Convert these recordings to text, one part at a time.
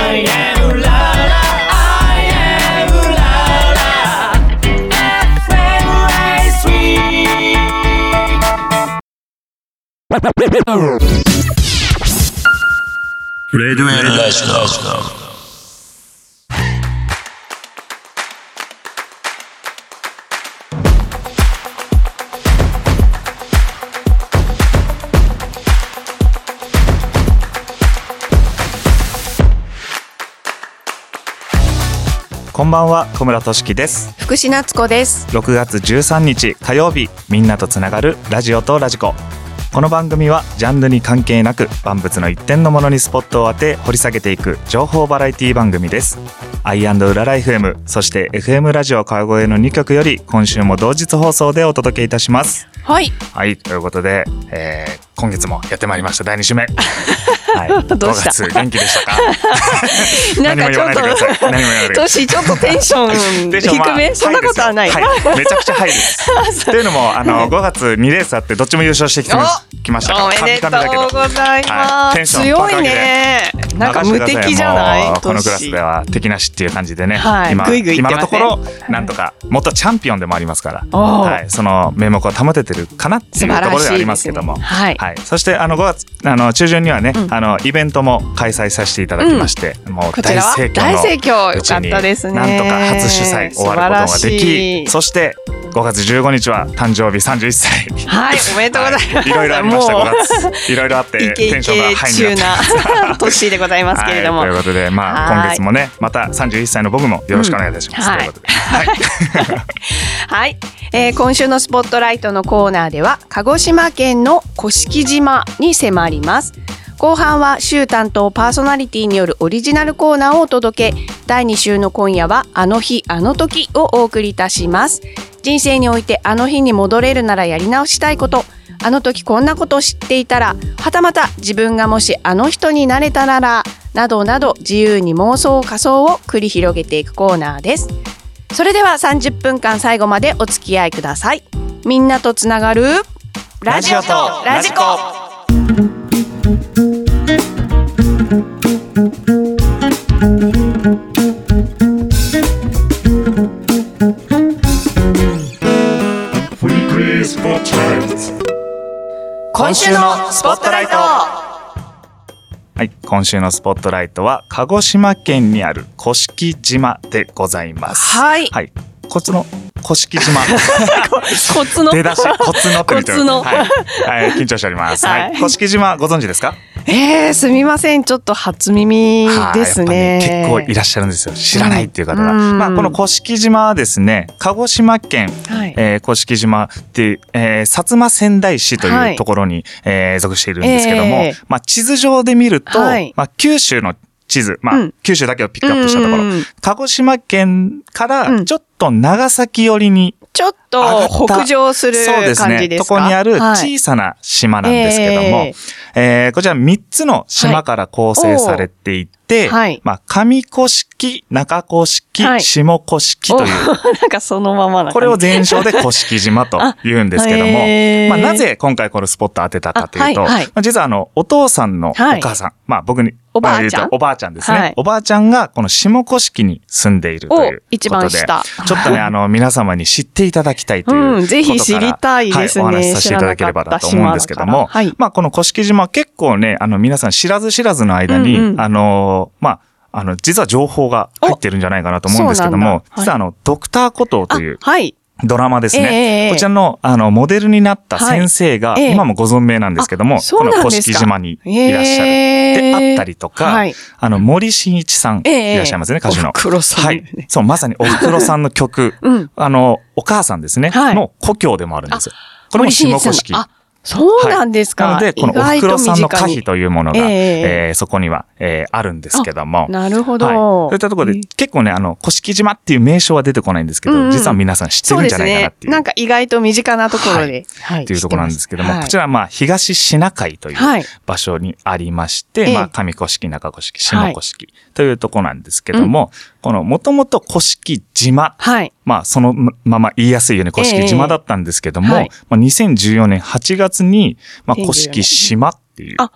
I am la la I am la la FM3 レディオエルラジオ。 こんばんは、小村俊樹です。 福士夏子です。 6月13日火曜日、みんなとつながるラジオとラジコ。この番組はジャンルに関係なく万物の一点のものにスポットを当て掘り下げていく情報バラエティ番組です。アイ&ウララ FM、 そして FM ラジオ川越の2局より今週も同日放送でお届けいたします。 はいはい、ということで、今月もやってまいりました第2週目はい、 どうした 5月元気でしたかなんかちょっとトシちょっとテンション低め、そんなことはない、 はい、めちゃくちゃハイですというのも5月2レースあってどっちも優勝してきましたから、 おめでとうございます、強いね。なんか無敵じゃない。 このクラスでは敵なしっていう感じでね、 はい、 今のところうん、 なんとか元チャンピオンでもありますから、 はい、 その名目を保ててるかなっていうところではありますけども、 ね、はいはい、そして5月中旬にはね、イベントも開催させていただきまして、もう大盛況のうちになんとか初主催終わることができ、そして5月15日は誕生日31歳はい、おめでとうございます、 いろいろありました。5月いろいろあってテンションがハイになってな年でございますけれども、 はい、ということで、今月もねまた31歳の僕もよろしくお願いいたします、ということで、はいはい、今週のスポットライトのコーナーでは鹿児島県の甑島に迫ります。後半は週担当パーソナリティによるオリジナルコーナーをお届け。第2週の今夜はあの日あの時をお送りいたします。人生においてあの日に戻れるならやり直したいこと、あの時こんなことを知っていたら、はたまた自分がもしあの人になれたなら、などなど自由に妄想仮想を繰り広げていくコーナーです。それでは30分間最後までお付き合いください。みんなとつながるラジオとラジコ。今週のスポットライト。 はい、今週のスポットライトは鹿児島県にある甑島でございます。 はい、 はい、こっちの甑島コツの出だしコツのって言ってる、 はいはい、緊張しております、 はいはい、甑島ご存知ですか？ すみません、ちょっちょっと初耳ですね。 結構いらっしゃるんですよ、知らないっていう方が、この甑島はですね、鹿児島県、甑島っていう、薩摩川内市というところに、属しているんですけども、地図上で見ると、九州の地図、九州だけをピックアップしたところ、鹿児島県からちょっと長崎寄りにちょっと北上する感じですか？そうですね。 とこにある小さな島なんですけども、こちら3つの島から構成されていて、上甑、中甑、下甑という。 なんかそのままな感じ。 これを全称で甑島と言うんですけども、なぜ今回このスポット当てたかというと、実はお父さんのお母さん、僕におばあちゃん、おばあちゃんですね。おばあちゃんがこの下甑に住んでいるということで、 一番下。 ちょっとね、皆様に知っていただきたいということから、 ぜひ知りたいですね。 お話しさせていただければなと思うんですけども、この甑島結構ね、皆さん知らず知らずの間に、実は情報が入ってるんじゃないかなと思うんですけども、実はドクターコトーという、ドラマですね。こちらの、モデルになった先生が、今もご存命なんですけども、この甑島にいらっしゃる。で、あったりとか、森進一さん、いらっしゃいますね、歌手の。 おふくろさん。はい。 そう、まさにおふくろさんの曲、お母さんですね、の故郷でもあるんですよ。これも下甑。 そうなんですか。 なので、このおふくろさんの歌碑というものが、そこには、あるんですけども。 なるほど。 そういったところで、結構ね、甑島っていう名称は出てこないんですけど、実は皆さん知ってるんじゃないかなっていう。 なんか意外と身近なところで。 っていうところなんですけども、こちらは東シナ海という場所にありまして、上甑、中甑、下甑というところなんですけども、このもともと甑島。そのまま言いやすいように甑島だったんですけども、2014年8月に、甑島っていう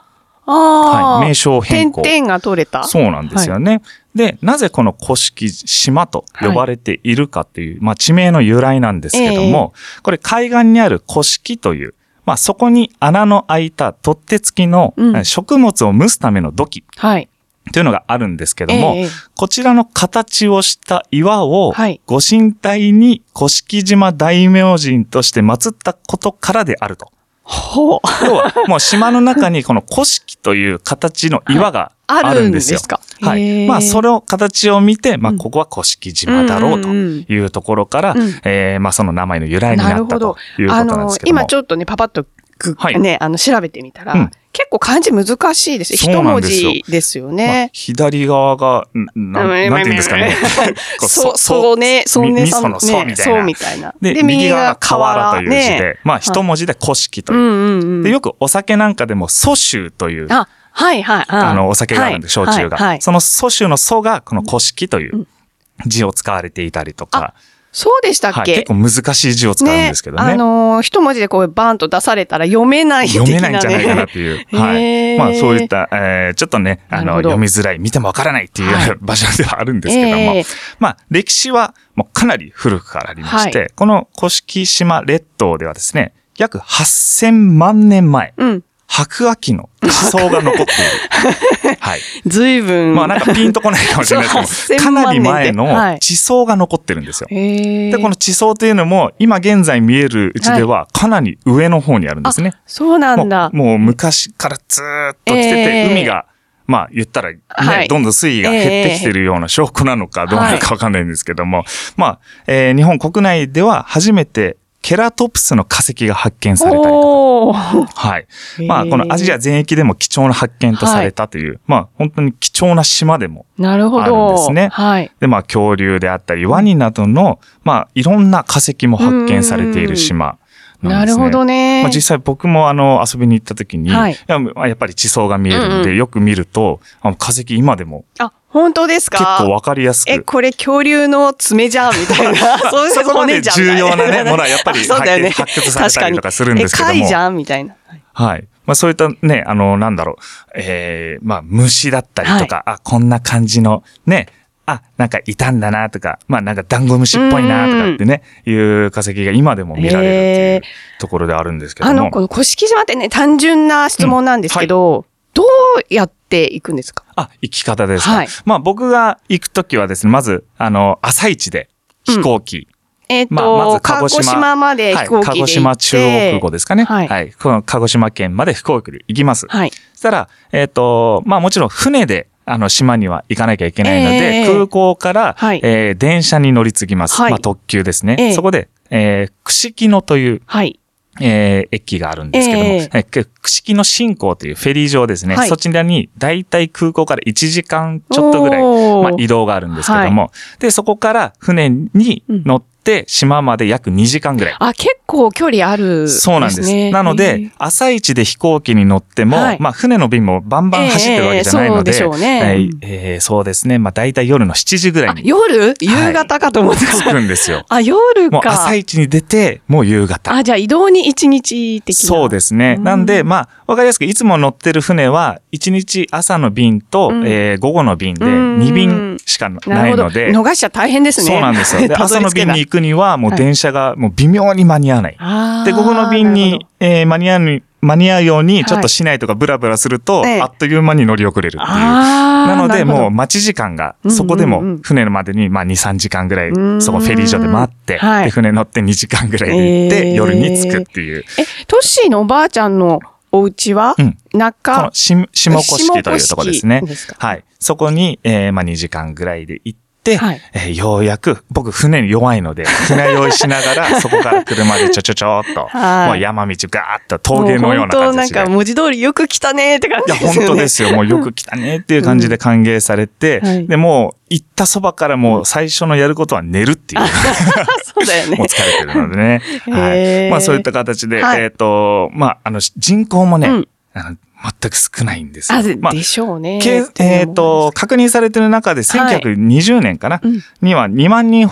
はい、名称変更。 点々が取れた。 そうなんですよね。はい、で、なぜこの甑島と呼ばれているかという、まあ地名の由来なんですけども、これ海岸にある甑という、まあそこに穴の開いた取っ手付きの食物を蒸すための土器。はい。というのがあるんですけども、こちらの形をした岩を、ご神体に甑島大明神として祀ったことからであると。ほう。要は、もう島の中にこの古式という形の岩があるんですよ。はい。まあ、それを形を見て、まあ、ここは古式島だろうというところから、まあ、その名前の由来になったということなんですけども。 今ちょっとね、パパッとね、調べてみたら、結構漢字難しいです。一文字ですよね。 左側が、なんて言うんですかね。 そうね、そうね、 そうみたいな。で、右側が河原という字で、まあ一文字で古式という。で、よくお酒なんかでも蘇州という、 はいはい。 お酒があるんで、焼酎が。その蘇州の蘇がこの古式という字を使われていたりとか。 そうでしたっけ？ 結構難しい字を使うんですけどね。 一文字でこうバーンと出されたら読めない読めないんじゃないかなっていう。はい。まあそういった、ちょっとね、読みづらい、見てもわからないっていう場所ではあるんですけども。まあ歴史はもうかなり古くからありまして、この甑島列島ではですね、約8000万年前。白亜紀の地層が残っている。はい。 随分。 まあなんかピンとこないかもしれないですけど、かなり前の地層が残ってるんですよ。で、この地層というのも、今現在見えるうちでは、かなり上の方にあるんですね。 そうなんだ。 もう昔からずーっと来てて、海が、まあ言ったらね、どんどん水位が減ってきてるような証拠なのかどうなのかわかんないんですけども、まあ、日本国内では初めて、ケラトプスの化石が発見されたりとか。はい。まあ、このアジア全域でも貴重な発見とされたという、まあ、本当に貴重な島でもあるんですね。はい。で、まあ、恐竜であったり、ワニなどの、まあ、いろんな化石も発見されている島。 なるほどね。 まあ、実際僕も遊びに行った時に、やっぱり地層が見えるんで、よく見ると、化石今でも。 本当ですか？ 結構わかりやすく。 これ恐竜の爪じゃんみたいな。 そういう骨じゃん。重要なね、ものはやっぱり発掘されたりとかするんですけども。 貝じゃんみたいな。 はい。まあそういったね、なんだろう、まあ虫だったりとか、こんな感じのね、なんかいたんだなとか、まあなんかダンゴムシっぽいなとかってね、いう化石が今でも見られるっていうところであるんですけども。 この甑島ってね、単純な質問なんですけど、どうやって行くんですか？ 行き方ですか。まあ僕が行くときはですね、まず、朝一で飛行機。 まず鹿児島まで飛行機で行って。 鹿児島中央空港ですかね。はい。この鹿児島県まで飛行機で行きます。はい。そしたら、まあもちろん船で、島には行かなきゃいけないので、空港から、電車に乗り継ぎます。まあ特急ですね。そこで、串木野という、駅があるんですけども、串木野新港というフェリー場ですね。そちらに、だいたい空港から1時間ちょっとぐらい、まあ移動があるんですけども、で、そこから船に乗って、島まで約2時間ぐらい。 結構距離あるですね。 そうなんです。なので、朝一で飛行機に乗っても、まあ船の便もバンバン走ってるわけじゃないので、 そうでしょうね。 そうですね。まあ大体夜の7時ぐらいに。 夕方かと思ってた。 着くんですよ。 夜か。 もう朝一に出て、もう夕方。 じゃあ移動に1日的な。 そうですね。なんで、まあ、わかりやすく、いつも乗ってる船は、1日朝の便と、午後の便で、2便しかないので。 逃しちゃ大変ですね。 そうなんですよ。で、朝の便に行くには、もう電車がもう微妙に間に合わない。で、午後の便に、間に合うように、ちょっと市内とかブラブラすると、あっという間に乗り遅れるっていう。なので、もう待ち時間が、そこでも船までに、まあ2、3時間ぐらい、そこフェリー場で待って、で、船乗って2時間ぐらいで行って、夜に着くっていう。 トッシーのおばあちゃんのお家は下甑というところですね。はい。そこに、まあ2時間ぐらいで行って、ようやく、僕船に弱いので、船用意しながら、そこから車でちょっと、もう山道ガーッと峠のような感じで。 なんか文字通りよく来たねって感じですよね。 いや、本当ですよ。もうよく来たねっていう感じで歓迎されて、で、もう行ったそばからもう最初のやることは寝るっていう。 そうだよね。 もう疲れてるのでね。はい。まあそういった形で、まあ、人口もね、全く少ないんですよ。 でしょうね。 確認されてる中で1920年かな、には2万人ほど、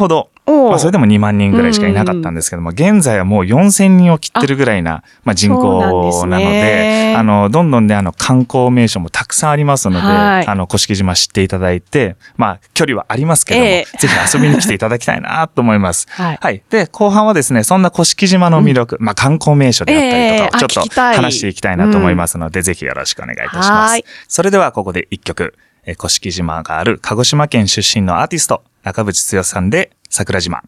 まあそれでも2万人ぐらいしかいなかったんですけども、現在はもう4000人を切ってるぐらいな、まあ、人口なので、どんどんね、観光名所もたくさんありますので、はい、甑島知っていただいて、まあ、距離はありますけども、ぜひ遊びに来ていただきたいなと思います。はい。はい。で、後半はですね、そんな甑島の魅力、まあ、観光名所であったりとかをちょっと話していきたいなと思いますので、ぜひよろしくお願いいたします。それでは、ここで一曲、甑島がある鹿児島県出身のアーティスト、中渕剛さんで、桜島。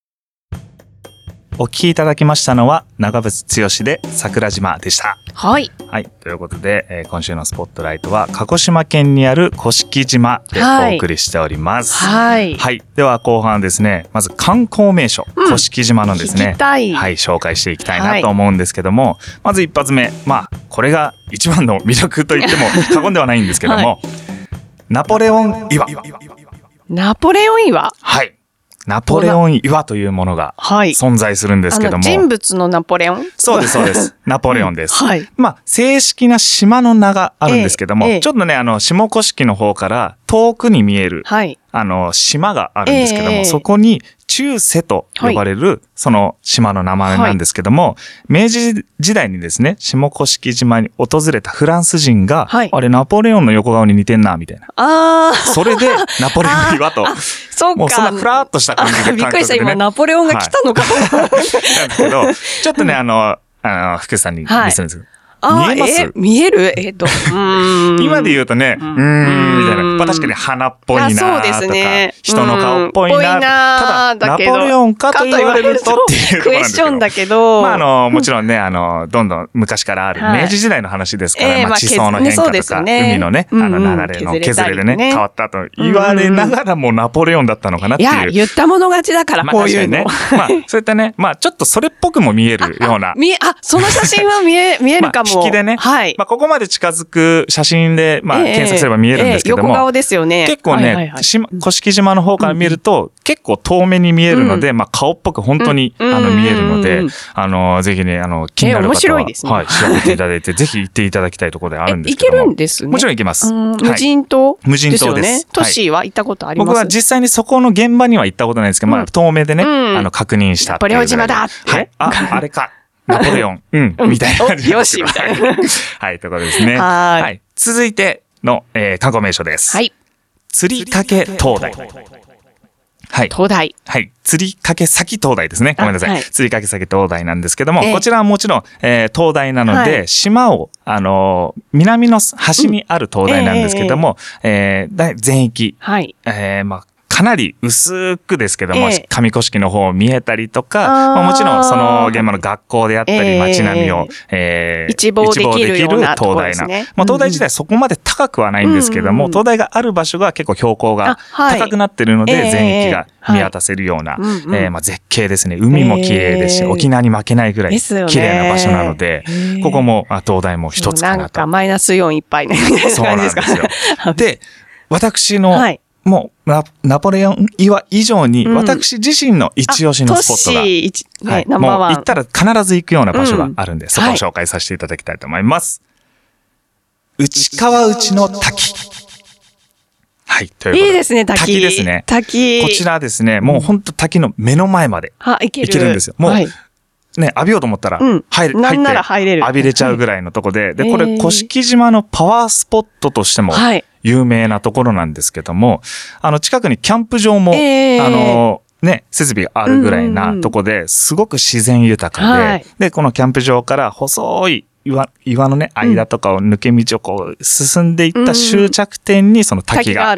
お聴きいただきましたのは、長渕剛で桜島でした。 はい。 はい。ということで、今週のスポットライトは、鹿児島県にある甑島でお送りしております。 はい。 はい。では後半ですね、まず観光名所、甑島のですね、はい、紹介していきたいなと思うんですけども、まず一発目、まあ、これが一番の魅力と言っても過言ではないんですけども、ナポレオン岩。 ナポレオン岩？ はい。ナポレオン岩というものが存在するんですけども。 人物のナポレオン？ そうです、そうです。ナポレオンです。はい。まあ、正式な島の名があるんですけども、ちょっとね、下甑の方から遠くに見える、はい、島があるんですけども、そこに中瀬と呼ばれる、その島の名前なんですけども、明治時代にですね、下甑島に訪れたフランス人が、あれ、ナポレオンの横顔に似てんな、みたいな。それで、ナポレオン岩と。 そうか。 もうそんなフラーっとした感じで、 びっくりした、今、ナポレオンが来たのかと思って。 なんですけど、ちょっとね、福さんに見せるんですけど。見えます？ 見える？ 今で言うとね、みたいな。まあ確かに花っぽいなとか、人の顔っぽいな。ただ、ナポレオンかと言われるとっていうところなんですけど。 クエスチョンだけど。 まあもちろんね、どんどん昔からある明治時代の話ですから、まあ地層の変化とか、海のね、流れの削れでね、変わったと言われながらもナポレオンだったのかなっていう。いや、言ったもの勝ちだから、こういうの。 まあ、そういったね、まあちょっとそれっぽくも見えるような。 その写真は見えるかも。 引きでね。はい。まあ、ここまで近づく写真で、まあ、検索すれば見えるんですけども。 横顔ですよね。 結構ね、甑島の方から見ると、結構遠目に見えるので、まあ、顔っぽく本当に、見えるので、ぜひね、気になる方は、 面白いですね。 はい、調べていただいて、ぜひ行っていただきたいところであるんですけども。 行けるんですね。 もちろん行けます。 無人島？ 無人島です。 都市は行ったことあります？ 僕は実際にそこの現場には行ったことないんですけど、まあ、遠目でね、確認した。ナポレオン島だって。 はい。あれか。ナポレオン。みたいな感じ。 よし、みたいな。 はい、ということですね。はい。続いての、観光名所です。はい。釣りかけ灯台。はい。 灯台。 はい。釣りかけ先灯台ですね。ごめんなさい。釣りかけ先灯台なんですけども、こちらはもちろん、灯台なので、島を、南の端にある灯台なんですけども、全域。はい。まあ、かなり薄くですけども、上甑の方を見えたりとか、まあ、もちろんその現場の学校であったり、街並みを、 一望できるような灯台な。 まあ、灯台自体そこまで高くはないんですけども、灯台がある場所が結構標高が高くなってるので、全域が見渡せるような、まあ、絶景ですね。海も綺麗ですし、沖縄に負けないぐらい綺麗な場所なので、ここも灯台も一つかなと。 なんかマイナスイオンいっぱいな感じですか？ そうなんですよ。で、私の、もう、ナポレオン岩以上に、私自身の一押しのスポットが、はい、もう行ったら必ず行くような場所があるんで、そこを紹介させていただきたいと思います。内川内の滝。はい、ということで。 いいですね、滝。 滝ですね。 滝。 こちらですね、もう本当滝の目の前まで行けるんですよ。もう、ね、浴びようと思ったら、 なんなら入れる。 浴びれちゃうぐらいのとこで、で、これ、甑島のパワースポットとしても、有名なところなんですけども、近くにキャンプ場も、ね、設備があるぐらいなとこで、すごく自然豊かで、で、このキャンプ場から細い岩のね、間とかを抜け道をこう進んでいった終着点にその滝があって、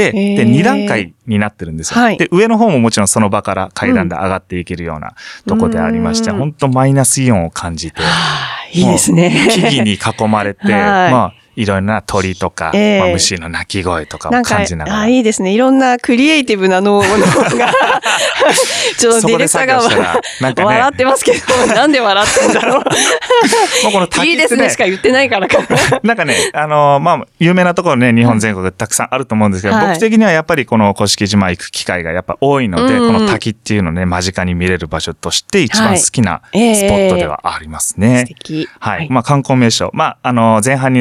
で、2段階になってるんですよ。で、上の方ももちろんその場から階段で上がっていけるようなとこでありまして、本当マイナスイオンを感じて、 いいですね。 木々に囲まれて、まあ、いろんな鳥とか、まあ、虫の鳴き声とかを感じながら。 いいですね。いろんなクリエイティブな脳が、ちょっとディレクターが笑ってますけど、なんで笑ってんだろう。 この滝いいですねしか言ってないからかな。 なんかね、まあ、有名なところね、日本全国たくさんあると思うんですけど、僕的にはやっぱりこの甑島行く機会がやっぱ多いので、この滝っていうのをね、間近に見れる場所として一番好きなスポットではありますね。 素敵。 はい。まあ、観光名所。まあ、前半にお伝えし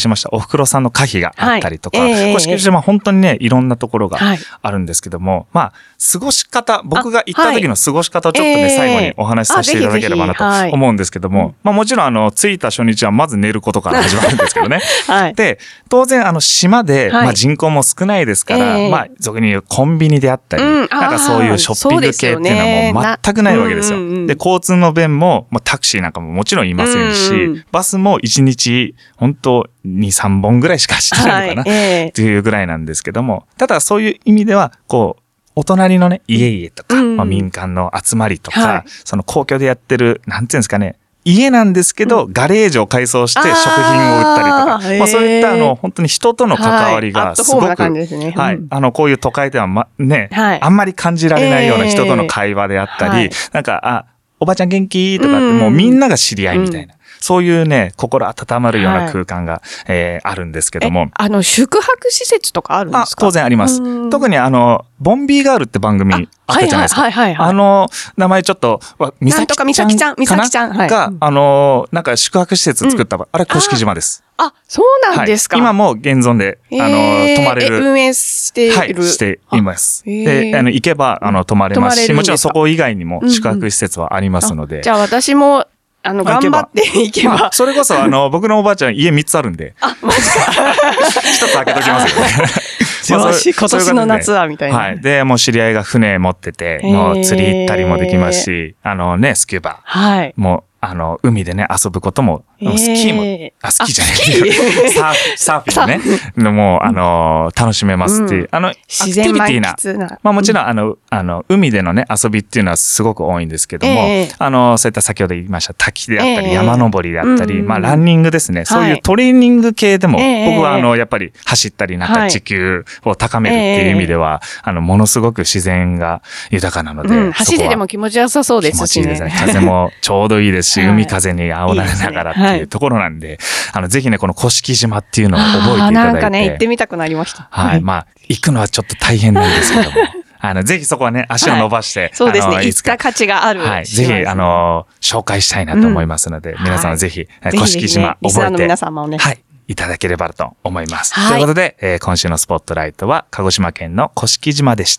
しましたお袋さんの可否があったりとか、 はい甑島本当にね、いろんなところがあるんですけども、まあ、過ごし方、僕が行った時の過ごし方をちょっとね、最後にお話しさせていただければなと思うんですけども、まあもちろん着いた初日はまず寝ることから始まるんですけどね。 はい、 で、当然島で、まあ人口も少ないですから、まあ俗に言うコンビニであったり、なんかそういうショッピング系っていうのはもう全くないわけですよ。で、交通の便も、タクシーなんかももちろんいませんし、バスも1日、本当2、3本ぐらいしか走ってないのかな、っていうぐらいなんですけども、ただそういう意味では、こう、お隣のね、家々とか、まあ、民間の集まりとか、その公共でやってる、なんていうんですかね、家なんですけど、ガレージを改装して食品を売ったりとか、まあそういった本当に人との関わりがすごく、はい、こういう都会ではね、あんまり感じられないような人との会話であったり、なんか、おばちゃん元気とかってもうみんなが知り合いみたいな。そういうね、心温まるような空間が、あるんですけども。 宿泊施設とかあるんですか？ 当然あります。特にボンビーガールって番組あったじゃないですか。名前ちょっと、みさきちゃんが、なんか宿泊施設作ったあれ、甑島です。 あ、そうなんですか。 今も現存で、泊まれる。 運営している。 はい、しています。で、行けば、泊まれますし、もちろんそこ以外にも宿泊施設はありますので。 じゃあ私も、頑張っていけば。 それこそ、僕のおばあちゃん家3つあるんで。あ、マジか。1つ開けときますよね。 よし、今年の夏は、みたいな。 はい。で、もう知り合いが船持ってて、もう釣り行ったりもできますし、スキューバ。はい。もう、海でね、遊ぶことも、スキーも、スキーじゃない。サーフィンね、もう、楽しめますっていう、アクティビティな、まあもちろん、海でのね、遊びっていうのはすごく多いんですけども、そういった先ほど言いました滝であったり、山登りであったり、まあランニングですね、そういうトレーニング系でも、僕はやっぱり走ったり、なんか地球を高めるっていう意味では、ものすごく自然が豊かなので、 走ってでも気持ちよさそうですしね。 気持ちいいですね。風もちょうどいいですし、海風に煽られながらっていうところなんで、ぜひね、この甑島っていうのを覚えていただいて。 なんかね、行ってみたくなりました。 はい。まあ、行くのはちょっと大変なんですけども。ぜひそこはね、足を伸ばして、 そうですね、行った価値がある。 はい。ぜひ、紹介したいなと思いますので、皆さんぜひ、甑島覚えて、 皆様をね、 はい。いただければと思います。ということで、今週のスポットライトは、鹿児島県の甑島でした。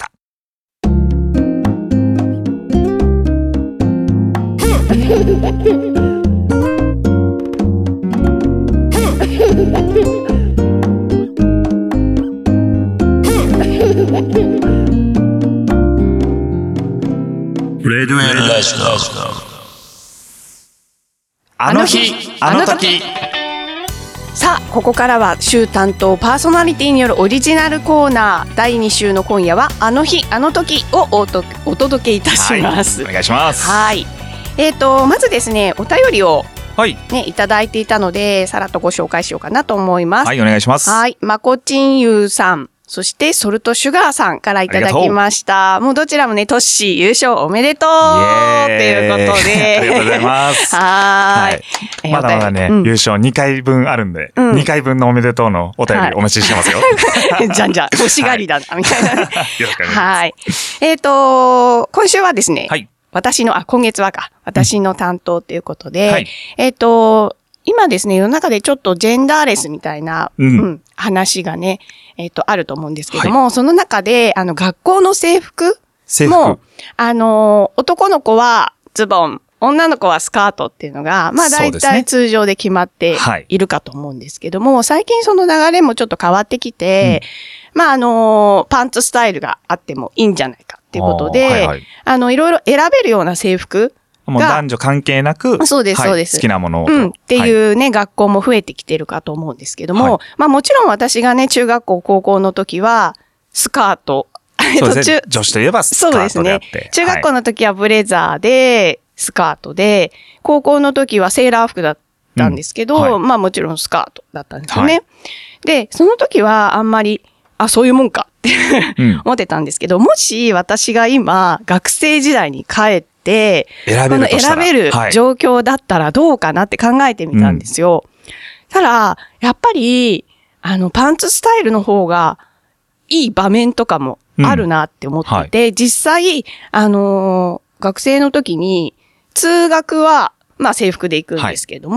レディオラジオ。 あの日、あの時。 さあ、ここからは週担当パーソナリティによるオリジナルコーナー第2週の今夜はあの日あの時をお届けいたします。 お願いします。 はい。まずですね、お便りをはい。 ね、いただいていたので、さらっとご紹介しようかなと思います。 はい、お願いします。 はい。まこちんゆうさん、そしてソルトシュガーさんからいただきました。もうどちらもね、トッシー優勝おめでとうっていうことで。 ありがとうございます。 はい。 まだまだね、優勝2回分あるんで、2回分のおめでとうのお便りお待ちしてますよ。 じゃんじゃん、欲しがりだな、みたいなね。 よろしくお願いします。 はい。今週はですね、今月は私の担当ということで、今ですね、世の中でちょっとジェンダーレスみたいな、話がね、あると思うんですけども、その中で、学校の制服も、男の子はズボン、女の子はスカートっていうのが、まあ大体通常で決まっているかと思うんですけども、最近その流れもちょっと変わってきて、まあパンツスタイルがあってもいいんじゃないかっていうことで、いろいろ選べるような制服もう男女関係なく、 そうです、そうです。 好きなものを。 っていうね、学校も増えてきてるかと思うんですけども、まあもちろん私がね、中学校、高校の時は、スカート。 そうですね。女子といえばスカートであって。そうですね。 中学校の時はブレザーで、スカートで、高校の時はセーラー服だったんですけど、まあもちろんスカートだったんですよね。で、その時はあんまり、そういうもんかって思ってたんですけど、もし私が今、学生時代に帰って、選べる状況だったらどうかなって考えてみたんですよ。ただ、やっぱり、パンツスタイルの方がいい場面とかもあるなって思ってて、実際、学生の時に、通学は、まあ制服で行くんですけども、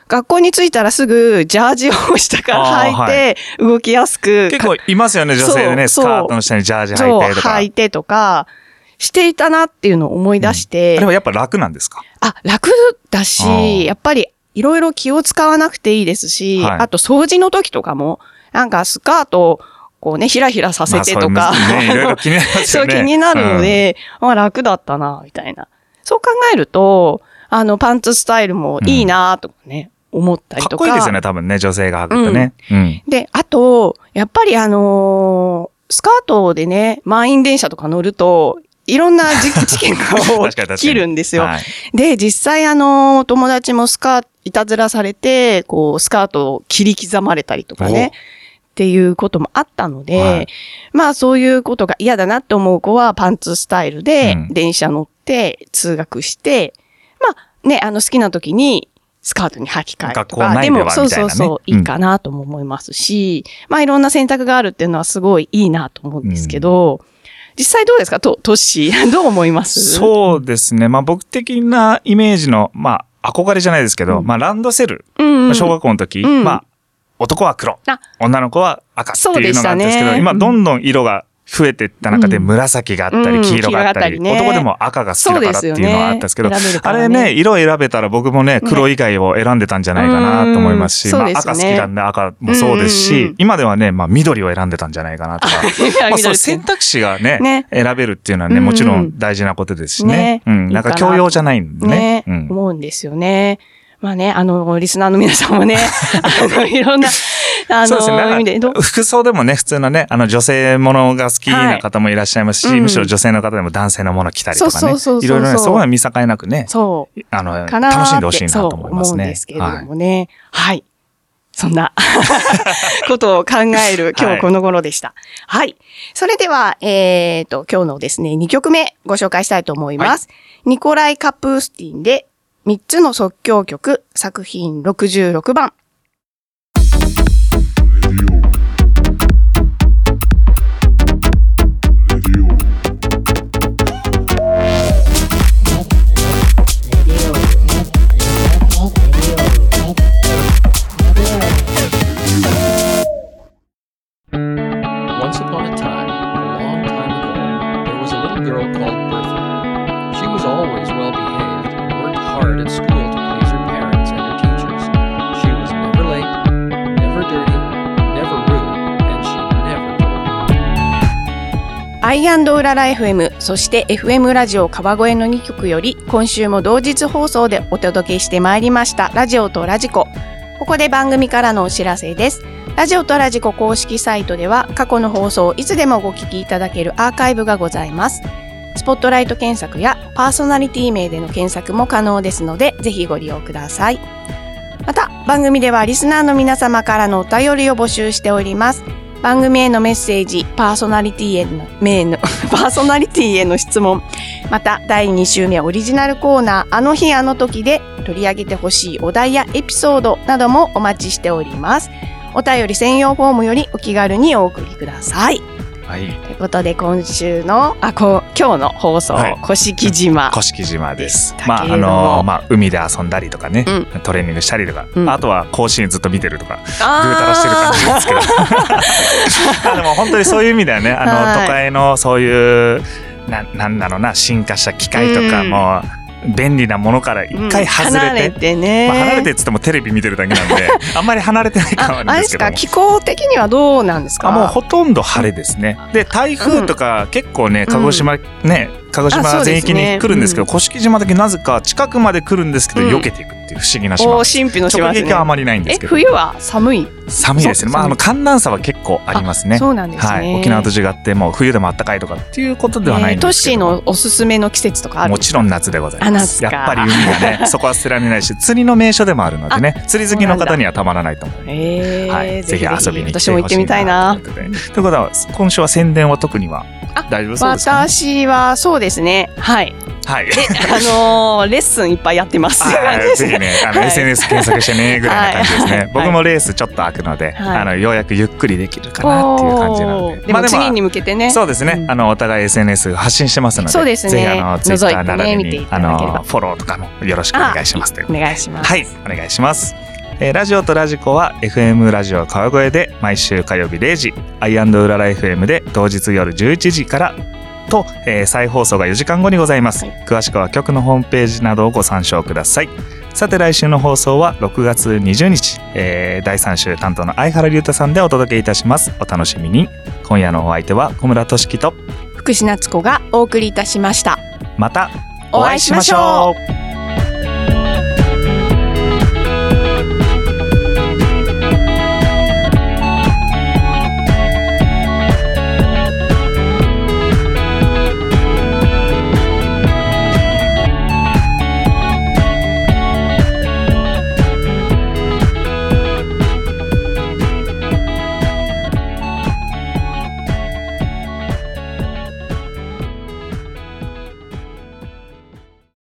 学校に着いたらすぐジャージを下から履いて、動きやすく。 結構いますよね、女性でね、スカートの下にジャージ履いてとか。 履いてとか、していたなっていうのを思い出して。 あれはやっぱ楽なんですか？ 楽だし、やっぱりいろいろ気を使わなくていいですし、あと掃除の時とかも、なんかスカートをこうね、ひらひらさせてとか。 いろいろ気になりますよね。 そう気になるので、楽だったな、みたいな。そう考えると、パンツスタイルもいいなとかね、思ったりとか。 かっこいいですよね、多分ね、女性が履くとね。 で、あと、やっぱりスカートでね、満員電車とか乗ると、いろんな事件が起きるんですよ。で、実際友達もいたずらされて、こう、スカートを切り刻まれたりとかね。っていうこともあったので、まあそういうことが嫌だなって思う子はパンツスタイルで電車乗って通学して、まあね、好きな時にスカートに履き替えるとか、でもそう、いいかなとも思いますし、まあいろんな選択があるっていうのはすごいいいなと思うんですけど、実際どうですか？トッシー、どう思います？ そうですね。まあ僕的なイメージの、まあ憧れじゃないですけど、まあランドセル、小学校の時、まあ男は黒、女の子は赤っていうのがあったんですけど、今どんどん色が増えていった中で紫があったり、黄色があったり、男でも赤が好きだからっていうのはあったんですけど、あれね、色選べたら僕もね、黒以外を選んでたんじゃないかなと思いますし、まあ赤好きなんで赤もそうですし、今ではね、まあ緑を選んでたんじゃないかなとか、まあそう選択肢がね、選べるっていうのはね、もちろん大事なことですしね。なんか教養じゃないんでね。 思うんですよね。まあね、リスナーの皆さんもね、いろんな、 そうですね。服装でもね、普通のね、女性ものが好きな方もいらっしゃいますし、むしろ女性の方でも男性のもの着たりとかね。いろいろね、そこは見境なくね、楽しんでほしいなと思いますね。 思うんですけれどもね。はい。そんなことを考える今日この頃でした。はい。それでは、今日のですね、2曲目ご紹介したいと思います。ニコライ・カプースティンで、3つの即興曲、作品66番。 Once upon a time, a long time ago, there was a little girl called Bertha. She was always well behaved and worked hard at school to please her parents and her teachers. She was never late, never dirty, never rude, and she never told. アイ&ウララ FM、そして FM ラジオ川越の2曲より、今週も同日放送でお届けしてまいりましたラジオとラジコ。ここで番組からのお知らせです。ラジオとラジコ公式サイトでは過去の放送をいつでもご聞きいただけるアーカイブがございます。スポットライト検索やパーソナリティ名での検索も可能ですので、ぜひご利用ください。また、番組ではリスナーの皆様からのお便りを募集しております。番組へのメッセージ、パーソナリティへの質問、また第2週目オリジナルコーナー、あの日あの時で取り上げてほしいお題やエピソードなどもお待ちしております。お便り専用フォームよりお気軽にお送りください。はい。ということで今日の放送、甑島。 甑島です。海で遊んだりとかね、トレーニングしたりとか、あとは甲子園ずっと見てるとか、ぐうたらしてる感じですけど。でも本当にそういう意味ではね、都会のそういう、なんだろうな、進化した機械とかも、便利なものから一回外れて、 離れてね、 離れてっつってもテレビ見てるだけなんであんまり離れてない感はあるんですけども、 あれですか、気候的にはどうなんですか？ もうほとんど晴れですね。で台風とか結構ね、鹿児島全域に来るんですけど、甑島だけなぜか近くまで来るんですけど、避けていくっていう不思議な島。 神秘の島ですね。 直撃はあまりないんですけど。 冬は寒いですね。寒暖差は結構ありますね。 そうなんですね。 はい、沖縄と違ってもう冬でも暖かいとかっていうことではないんですけど。 トッシーのおすすめの季節とかある？ もちろん夏でございます。やっぱり海がね、そこは捨てられないし、釣りの名所でもあるのでね、釣り好きの方にはたまらないと思う。はい、ぜひ遊びに来てほしいな。 私も行ってみたいな。 ということは今週は宣伝は特には大丈夫そうですかね？ 私はそうですね。はい。 はい。 レッスンいっぱいやってます。 ぜひね、SNS 検索してねぐらいな感じですね。僕もレースちょっと開くので、ようやくゆっくりできるかなっていう感じなので。 でも次に向けてね。 そうですね。お互い SNS 発信してますので、 そうですね。 ぜひTwitter ならびにフ見ていただければ、 フォローとかもよろしくお願いします。 お願いします。 はい、お願いします。 ラジオとラジコは FM ラジオ川越で毎週火曜日0時、アイ&うらら FM で同日夜11時からと、再放送が4時間後にございます。詳しくは局のホームページなどをご参照ください。さて来週の放送は6月20日、第3週担当の相原龍太さんでお届けいたします。お楽しみに。今夜のお相手は小村俊樹と福士夏子がお送りいたしました。 またお会いしましょう。